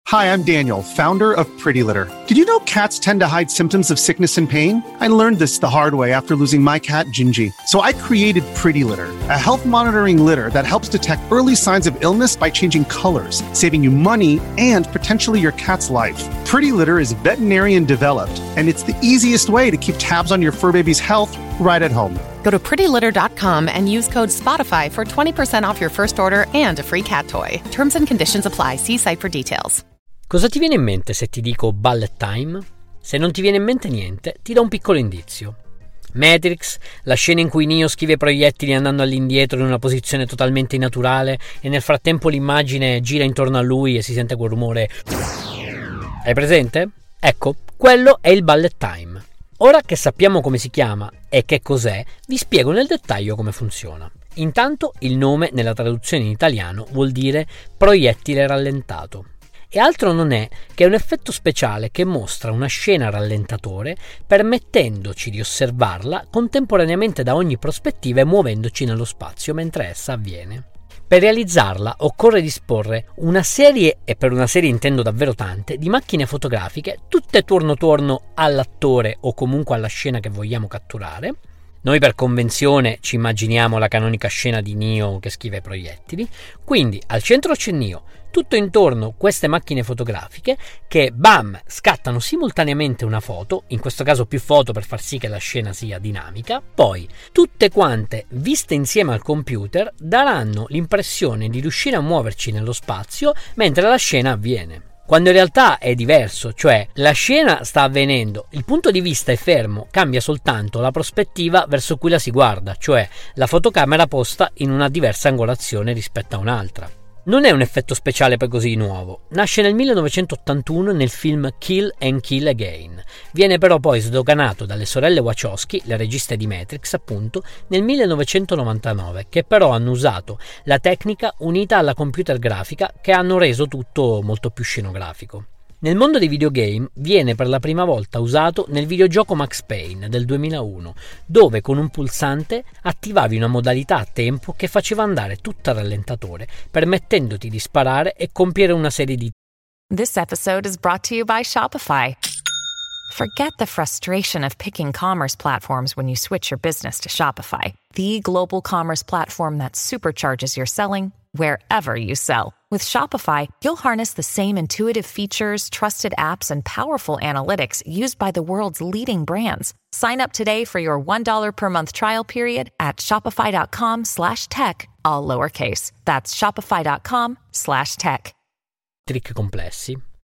Hi, I'm Daniel, founder of Pretty Litter. Did you know cats tend to hide symptoms of sickness and pain? I learned this the hard way after losing my cat, Gingy. So I created Pretty Litter, a health monitoring litter that helps detect early signs of illness by changing colors, saving you money and potentially your cat's life. Pretty Litter is veterinarian developed, and it's the easiest way to keep tabs on your fur baby's health right at home. Go to prettylitter.com and use code SPOTIFY for 20% off your first order and a free cat toy. Terms and conditions apply. See site for details. Cosa ti viene in mente se ti dico bullet time? Se non ti viene in mente niente, ti do un piccolo indizio. Matrix, la scena in cui Neo schiva i proiettili andando all'indietro in una posizione totalmente innaturale e nel frattempo l'immagine gira intorno a lui e si sente quel rumore. Hai presente? Ecco, quello è il bullet time. Ora che sappiamo come si chiama e che cos'è, vi spiego nel dettaglio come funziona. Intanto il nome nella traduzione in italiano vuol dire proiettile rallentato. E altro non è che un effetto speciale che mostra una scena a rallentatore permettendoci di osservarla contemporaneamente da ogni prospettiva e muovendoci nello spazio mentre essa avviene. Per realizzarla occorre disporre una serie, e per una serie intendo davvero tante, di macchine fotografiche tutte torno all'attore o comunque alla scena che vogliamo catturare. Noi per convenzione ci immaginiamo la canonica scena di Neo che schiva i proiettili, quindi al centro c'è Neo, tutto intorno queste macchine fotografiche che bam scattano simultaneamente una foto, in questo caso più foto per far sì che la scena sia dinamica, poi tutte quante viste insieme al computer daranno l'impressione di riuscire a muoverci nello spazio mentre la scena avviene. Quando in realtà è diverso, cioè la scena sta avvenendo, il punto di vista è fermo, cambia soltanto la prospettiva verso cui la si guarda, cioè la fotocamera posta in una diversa angolazione rispetto a un'altra. Non è un effetto speciale poi così nuovo, nasce nel 1981 nel film Kill and Kill Again, viene però poi sdoganato dalle sorelle Wachowski, le registe di Matrix appunto, nel 1999, che però hanno usato la tecnica unita alla computer grafica che hanno reso tutto molto più scenografico. Nel mondo dei videogame viene per la prima volta usato nel videogioco Max Payne del 2001, dove con un pulsante attivavi una modalità a tempo che faceva andare tutto a rallentatore, permettendoti di sparare e compiere una serie di... This episode is brought to you by Shopify. Forget the frustration of picking commerce platforms when you switch your business to Shopify, the global commerce platform that supercharges your selling wherever you sell. With Shopify, you'll harness the same intuitive features, trusted apps, and powerful analytics used by the world's leading brands. Sign up today for your $1 per month trial period at shopify.com/tech, all lowercase. That's shopify.com/tech. Trick complessi.